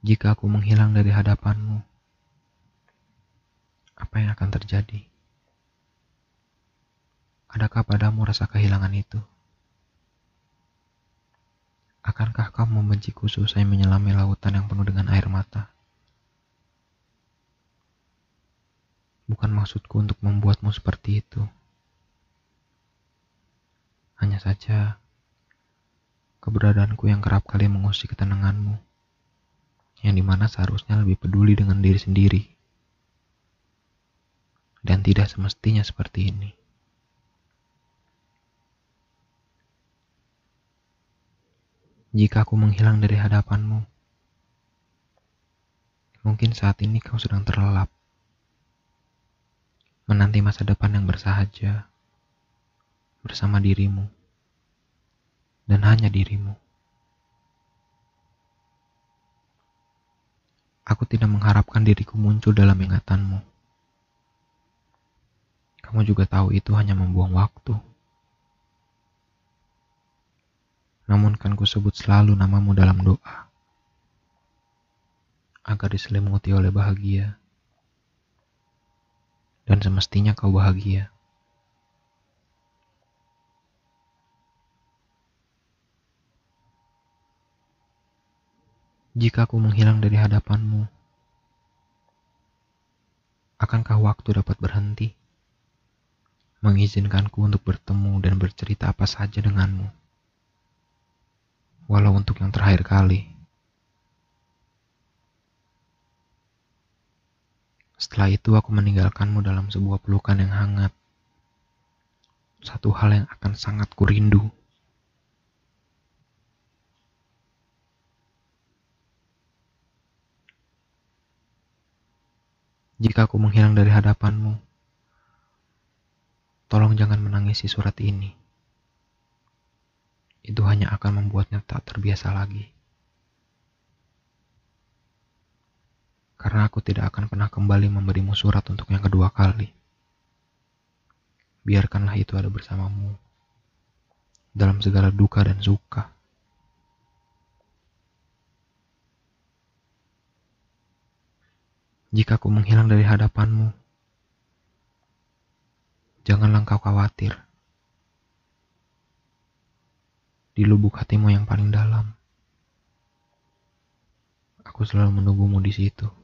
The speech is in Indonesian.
Jika aku menghilang dari hadapanmu, apa yang akan terjadi? Adakah padamu rasa kehilangan itu? Akankah kamu membenciku seusai menyelami lautan yang penuh dengan air mata? Bukan maksudku untuk membuatmu seperti itu. Hanya saja, keberadaanku yang kerap kali mengusik ketenanganmu, yang dimana seharusnya lebih peduli dengan diri sendiri. Dan tidak semestinya seperti ini. Jika aku menghilang dari hadapanmu, mungkin saat ini kau sedang terlelap, menanti masa depan yang bersahaja, bersama dirimu, dan hanya dirimu. Aku tidak mengharapkan diriku muncul dalam ingatanmu. Kamu juga tahu itu hanya membuang waktu. Namun kan ku sebut selalu namamu dalam doa, agar diselimuti oleh bahagia. Dan semestinya kau bahagia. Jika aku menghilang dari hadapanmu, akankah waktu dapat berhenti, mengizinkanku untuk bertemu dan bercerita apa saja denganmu, walau untuk yang terakhir kali. Setelah itu aku meninggalkanmu dalam sebuah pelukan yang hangat, satu hal yang akan sangat kurindu. Jika aku menghilang dari hadapanmu, tolong jangan menangisi surat ini. Itu hanya akan membuatnya tak terbiasa lagi. Karena aku tidak akan pernah kembali memberimu surat untuk yang kedua kali. Biarkanlah itu ada bersamamu dalam segala duka dan suka. Jika aku menghilang dari hadapanmu, janganlah engkau khawatir. Di lubuk hatimu yang paling dalam, aku selalu menunggumu di situ.